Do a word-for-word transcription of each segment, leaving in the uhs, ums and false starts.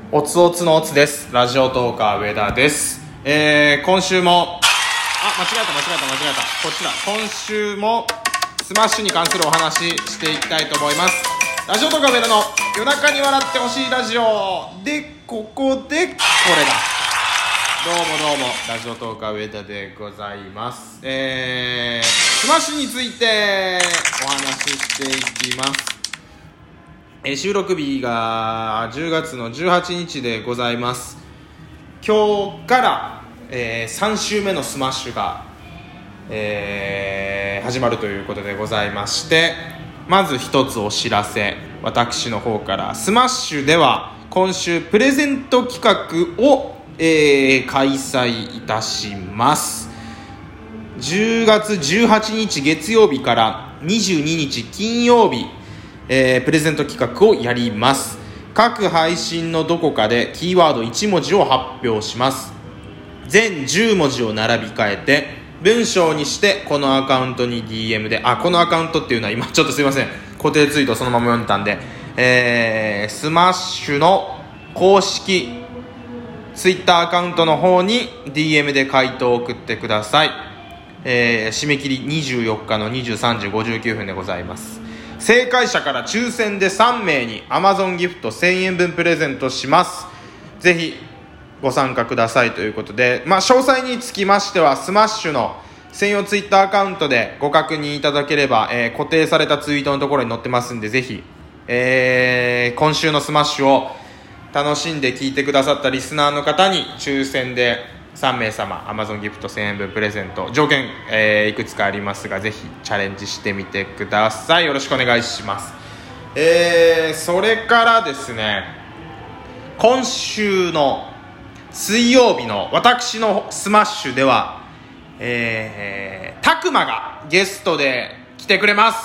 おつおつのおつです。ラジオトーカー上田です。えー、今週もあ間違えた間違えた間違えたこっちだ今週もスマッシュに関するお話していきたいと思います。ラジオトーカー上田の夜中に笑ってほしいラジオで、ここでこれだ。どうもどうも、ラジオトーカー上田でございます。えー、スマッシュについてお話ししていきます。えー、収録日がじゅうがつのじゅうはちにちでございます。今日から、えー、さん週目のスマッシュが、えー、始まるということでございまして、まず一つお知らせ、私の方から。スマッシュでは今週プレゼント企画を、えー、開催いたします。じゅうがつじゅうはちにち月曜日からにじゅうににち金曜日、えー、プレゼント企画をやります。各配信のどこかでキーワードいち文字を発表します。全じゅう文字を並び替えて文章にしてこのアカウントに ディーエム で、あ、このアカウントっていうのは今ちょっとすいません、固定ツイートそのまま読んだんで、えー、スマッシュの公式ツイッターアカウントの方に ディーエム で回答を送ってください。えー、締め切りにじゅうよっかのにじゅうさんじごじゅうきゅうふんでございます。正解者から抽選でさんめいに Amazon ギフトせんえんぶんプレゼントします。ぜひご参加くださいということで、まあ、詳細につきましてはスマッシュの専用ツイッターアカウントでご確認いただければ、えー、固定されたツイートのところに載ってますんで、ぜひ、えー、今週のスマッシュを楽しんで聞いてくださったリスナーの方に抽選でさんめいさま Amazon ギフトせんえんぶんプレゼント、条件、えー、いくつかありますが、ぜひチャレンジしてみてください。よろしくお願いします。えー、それからですね、今週の水曜日の私のスマッシュでは、えー、たくまがゲストで来てくれます。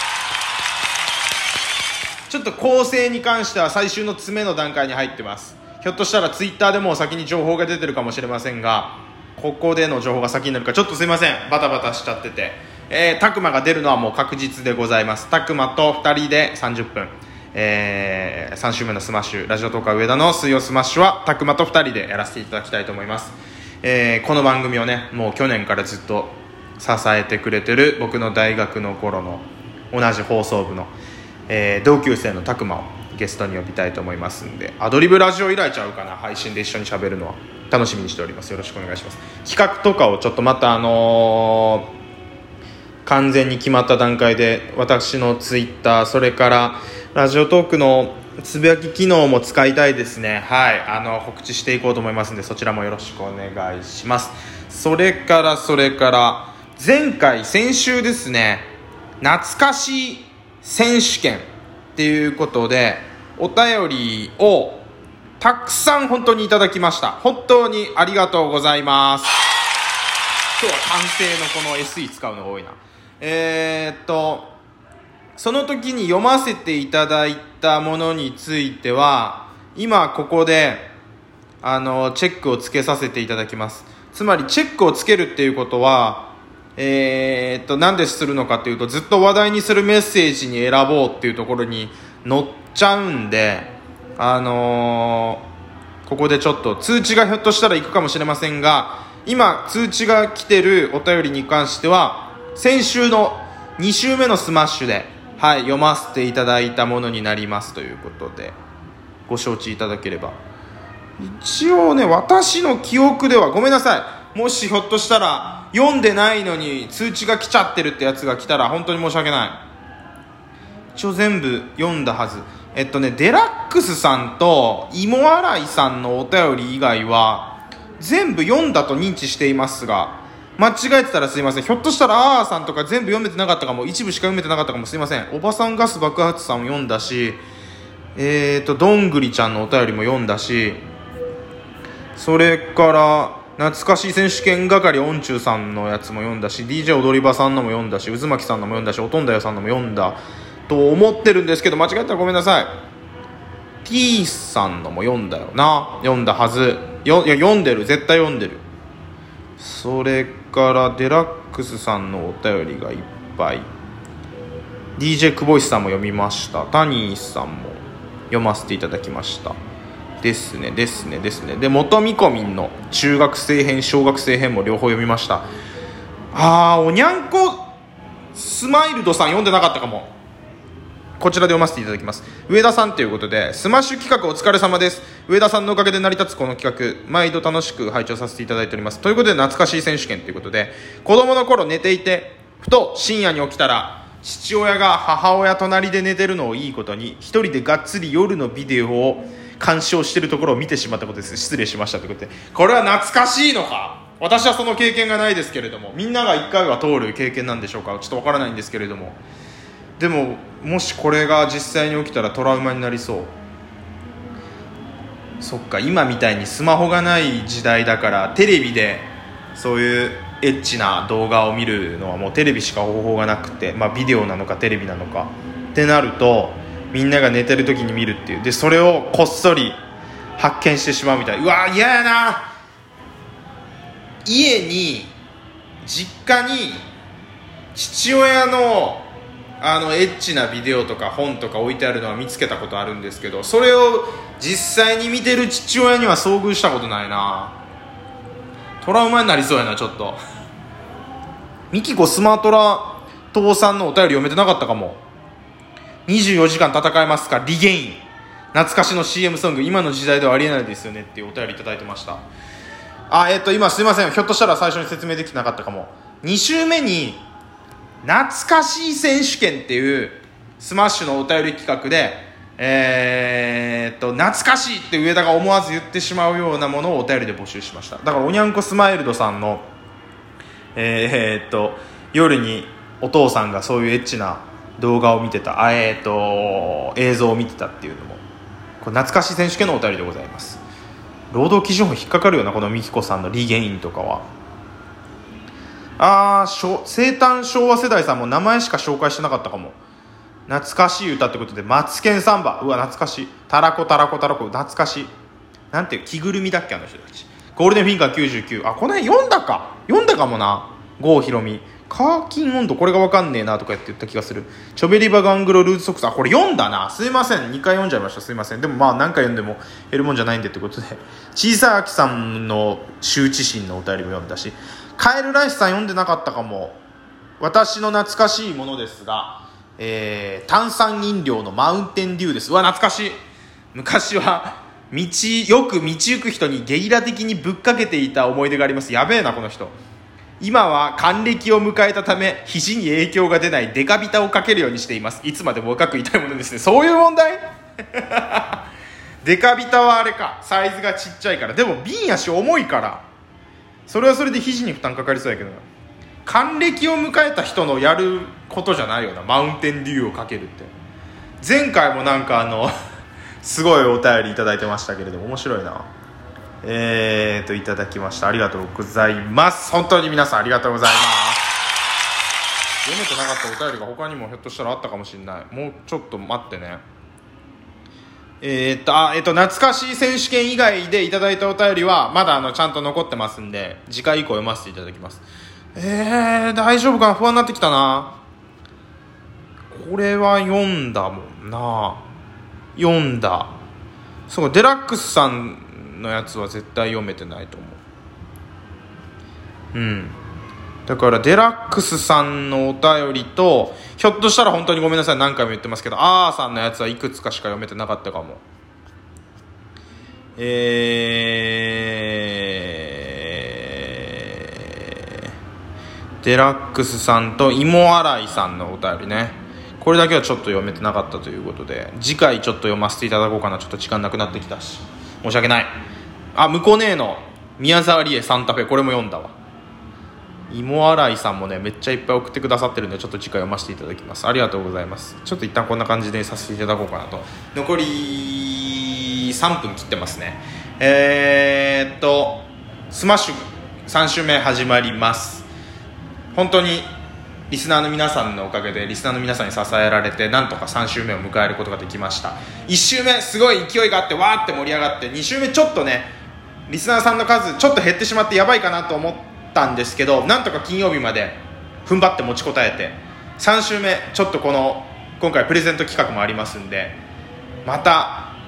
ちょっと構成に関しては最終の詰めの段階に入ってます。ひょっとしたらツイッターでもう先に情報が出てるかもしれませんが、ここでの情報が先になるかちょっとすいません、バタバタしちゃってて、えー、たくまが出るのはもう確実でございます。たくまとふたりでさんじゅっぷん、えー、さん週目のスマッシュ、ラジオトーカー上田の水曜スマッシュはたくまとふたりでやらせていただきたいと思います。えー、この番組をね、もう去年からずっと支えてくれてる僕の大学の頃の同じ放送部の、えー、同級生のたくまをゲストに呼びたいと思いますんで、アドリブラジオ以来ちゃうかな、配信で一緒に喋るのは楽しみにしております。よろしくお願いします。企画とかをちょっとまたあのー、完全に決まった段階で私のツイッター、それからラジオトークのつぶやき機能も使いたいですね。はい、あの告知していこうと思いますんで、そちらもよろしくお願いします。それからそれから前回先週ですね、懐かしい選手権っていうことでお便りをたくさん本当にいただきました。本当にありがとうございます。今日は完成のこの エスイー 使うのが多いな。えー、っとその時に読ませていただいたものについては今ここであのチェックをつけさせていただきます。つまりチェックをつけるっていうことは、えー、っとなんでするのかというと、ずっと話題にするメッセージに選ぼうっていうところに載っちゃうんで、あのー、ここでちょっと通知がひょっとしたらいくかもしれませんが、今通知が来てるお便りに関しては先週のに週目のスマッシュで、はい、読ませていただいたものになりますということでご承知いただければ。一応ね、私の記憶では、ごめんなさい、もしひょっとしたら読んでないのに通知が来ちゃってるってやつが来たら本当に申し訳ない。一応全部読んだはず。えっとねデラックスさんと芋洗いさんのお便り以外は全部読んだと認知していますが、間違えてたらすいません。ひょっとしたらあーさんとか全部読めてなかったかも、一部しか読めてなかったかも、すいません。おばさんガス爆発さんも読んだし、えーとどんぐりちゃんのお便りも読んだし、それから懐かしい選手権係音中さんのやつも読んだし、 ディージェー 踊り場さんのも読んだし、渦巻さんのも読んだし、おとんだよさんのも読んだと思ってるんですけど、間違えたらごめんなさい。 T さんのも読んだよな、読んだはずよ。いや読んでる、絶対読んでる。それからデラックスさんのお便りがいっぱい。 ディージェー クボイスさんも読みました。タニーさんも読ませていただきました。 ですねですねですねで元みこみんの中学生編小学生編も両方読みました。あーおにゃんこスマイルドさん読んでなかったかも。こちらで読ませていただきます。上田さんということで、スマッシュ企画お疲れ様です。上田さんのおかげで成り立つこの企画、毎度楽しく拝聴させていただいております。ということで懐かしい選手権ということで、子供の頃寝ていてふと深夜に起きたら父親が母親隣で寝てるのをいいことに一人でがっつり夜のビデオを鑑賞しているところを見てしまったことです。失礼しましたということで、これは懐かしいのか。私はその経験がないですけれども、みんながいっかいは通る経験なんでしょうか。ちょっとわからないんですけれども、でももしこれが実際に起きたらトラウマになりそう。そっか、今みたいにスマホがない時代だからテレビでそういうエッチな動画を見るのはもうテレビしか方法がなくて、まあビデオなのかテレビなのかってなると、みんなが寝てる時に見るっていう、でそれをこっそり発見してしまうみたいな。うわ嫌やな。家に実家に父親のあのエッチなビデオとか本とか置いてあるのは見つけたことあるんですけど、それを実際に見てる父親には遭遇したことないな。トラウマになりそうやな。ちょっとミキコスマトラ父さんのお便り読めてなかったかも。にじゅうよじかん戦えますかリゲイン、懐かしの シーエム ソング、今の時代ではありえないですよねっていうお便りいただいてました。あえっと今すいません、ひょっとしたら最初に説明できてなかったかも。に週目に懐かしい選手権っていうスマッシュのお便り企画で、えー、っと懐かしいって上田が思わず言ってしまうようなものをお便りで募集しました。だからおにゃんこスマイルドさんのえー、っと夜にお父さんがそういうエッチな動画を見てた、あえー、っと映像を見てたっていうのもこれ懐かしい選手権のお便りでございます。労働基準法引っかかるようなこのミキコさんのリゲインとかは。あー生誕昭和世代さんも名前しか紹介してなかったかも。懐かしい歌ってことでマツケンサンバ、うわ懐かしい。タラコタラコタラコ懐かしい。なんていう着ぐるみだっけあの人たち。ゴールデンフィンガーきゅうじゅうきゅう、あこの辺読んだか読んだかもな。郷ひろみカーキン温度これが分かんねえなとかって言った気がする。チョベリバガングロルーズソックス、あこれ読んだな。すいませんにかい読んじゃいました。すいません。でもまあ何回読んでも減るもんじゃないんでってことで、小さいあきさんの羞恥心のお便りも読んだし、カエルライスさん読んでなかったかも。私の懐かしいものですが、えー、炭酸飲料のマウンテンデューです。うわ懐かしい。昔は道よく道行く人にゲリラ的にぶっかけていた思い出があります。やべえなこの人。今は還暦を迎えたため肘に影響が出ないデカビタをかけるようにしています。いつまでも若くいたいものですね。そういう問題デカビタはあれか、サイズがちっちゃいから。でも瓶やし重いからそれはそれで肘に負担かかりそうやけどな。還暦を迎えた人のやることじゃないよな、マウンテンデューをかけるって。前回もなんかあのすごいお便りいただいてましたけれども面白いな。えーといただきました。ありがとうございます。本当に皆さんありがとうございます。読めてなかったお便りが他にもひょっとしたらあったかもしれない。もうちょっと待ってね。えーっとあえーっと懐かしい選手権以外でいただいたお便りはまだあのちゃんと残ってますんで、次回以降読ませていただきます。えー大丈夫かな、不安になってきたな。これは読んだもんな。読んだ。そうデラックスさんのやつは絶対読めてないと思う。うんだからデラックスさんのお便りと、ひょっとしたら本当にごめんなさい何回も言ってますけど、あーさんのやつはいくつかしか読めてなかったかも。えー、デラックスさんと芋洗いさんのお便りね、これだけはちょっと読めてなかったということで、次回ちょっと読ませていただこうかな。ちょっと時間なくなってきたし申し訳ない。あ、向こうねえの宮沢りえサンタフェ、これも読んだわ。芋洗いさんもねめっちゃいっぱい送ってくださってるんで、ちょっと次回読ませていただきます。ありがとうございます。ちょっと一旦こんな感じでさせていただこうかなと。残りさんぷん切ってますね。えー、っとスマッシュさん週目始まります。本当にリスナーの皆さんのおかげで、リスナーの皆さんに支えられてなんとかさん週目を迎えることができました。いち週目すごい勢いがあってわーって盛り上がって、に週目ちょっとねリスナーさんの数ちょっと減ってしまってやばいかなと思ったんですけど、なんとか金曜日まで踏ん張って持ちこたえて、さん週目ちょっとこの今回プレゼント企画もありますんで、また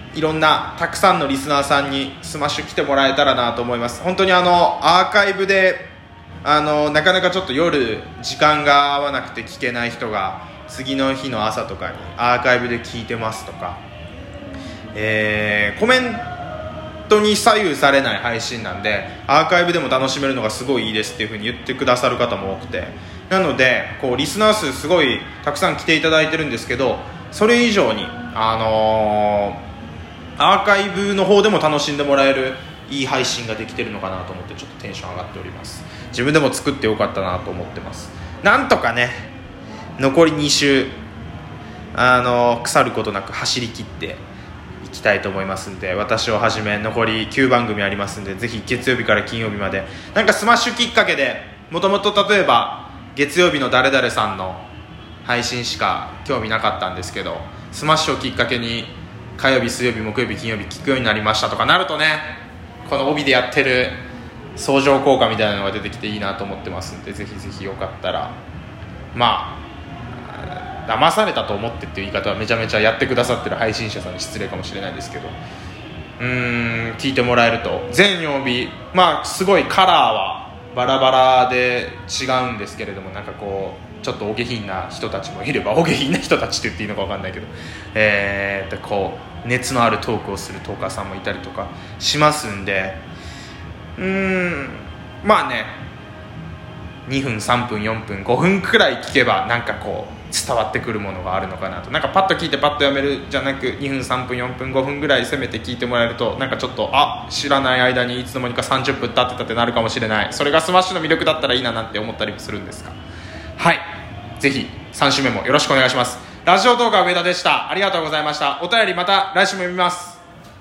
いろんなたくさんのリスナーさんにスマッシュ来てもらえたらなと思います。本当にあのアーカイブであのなかなかちょっと夜時間が合わなくて聞けない人が次の日の朝とかにアーカイブで聞いてますとか、えー、コメントに左右されない配信なんでアーカイブでも楽しめるのがすごいいいですっていう風に言ってくださる方も多くて、なのでこうリスナー数すごいたくさん来ていただいてるんですけど、それ以上にあのー、アーカイブの方でも楽しんでもらえるいい配信ができてるのかなと思ってちょっとテンション上がっております。自分でも作ってよかったなと思ってます。なんとかね残りに週あの腐ることなく走り切っていきたいと思いますんで、私をはじめ残りきゅうばん組ありますんで、ぜひ月曜日から金曜日までなんかスマッシュきっかけで、もともと例えば月曜日の誰々さんの配信しか興味なかったんですけど、スマッシュをきっかけに火曜日水曜日木曜日金曜日聞くようになりましたとかなるとね、この帯でやってる相乗効果みたいなのが出てきていいなと思ってますんで、ぜひぜひよかったら、まあ騙されたと思ってっていう言い方はめちゃめちゃやってくださってる配信者さんに失礼かもしれないですけど、うーん聞いてもらえると全曜日、まあすごいカラーはバラバラで違うんですけれども、なんかこうちょっとお下品な人たちもいれば、お下品な人たちって言っていいのか分かんないけど、えー、こう熱のあるトークをするトーカーさんもいたりとかしますんで、うーんまあねにふんさんぷんよんぷんごふんくらい聞けばなんかこう伝わってくるものがあるのかなと。なんかパッと聞いてパッとやめるじゃなくにふんさんぷんよんぷんごふんぐらいせめて聞いてもらえると、なんかちょっとあ知らない間にいつの間にかさんじゅっぷん経ってたってなるかもしれない。それがスマッシュの魅力だったらいいななんて思ったりもするんですが、はい、ぜひさん週目もよろしくお願いします。ラジオ動画上田でした。ありがとうございました。お便りまた来週も読みます。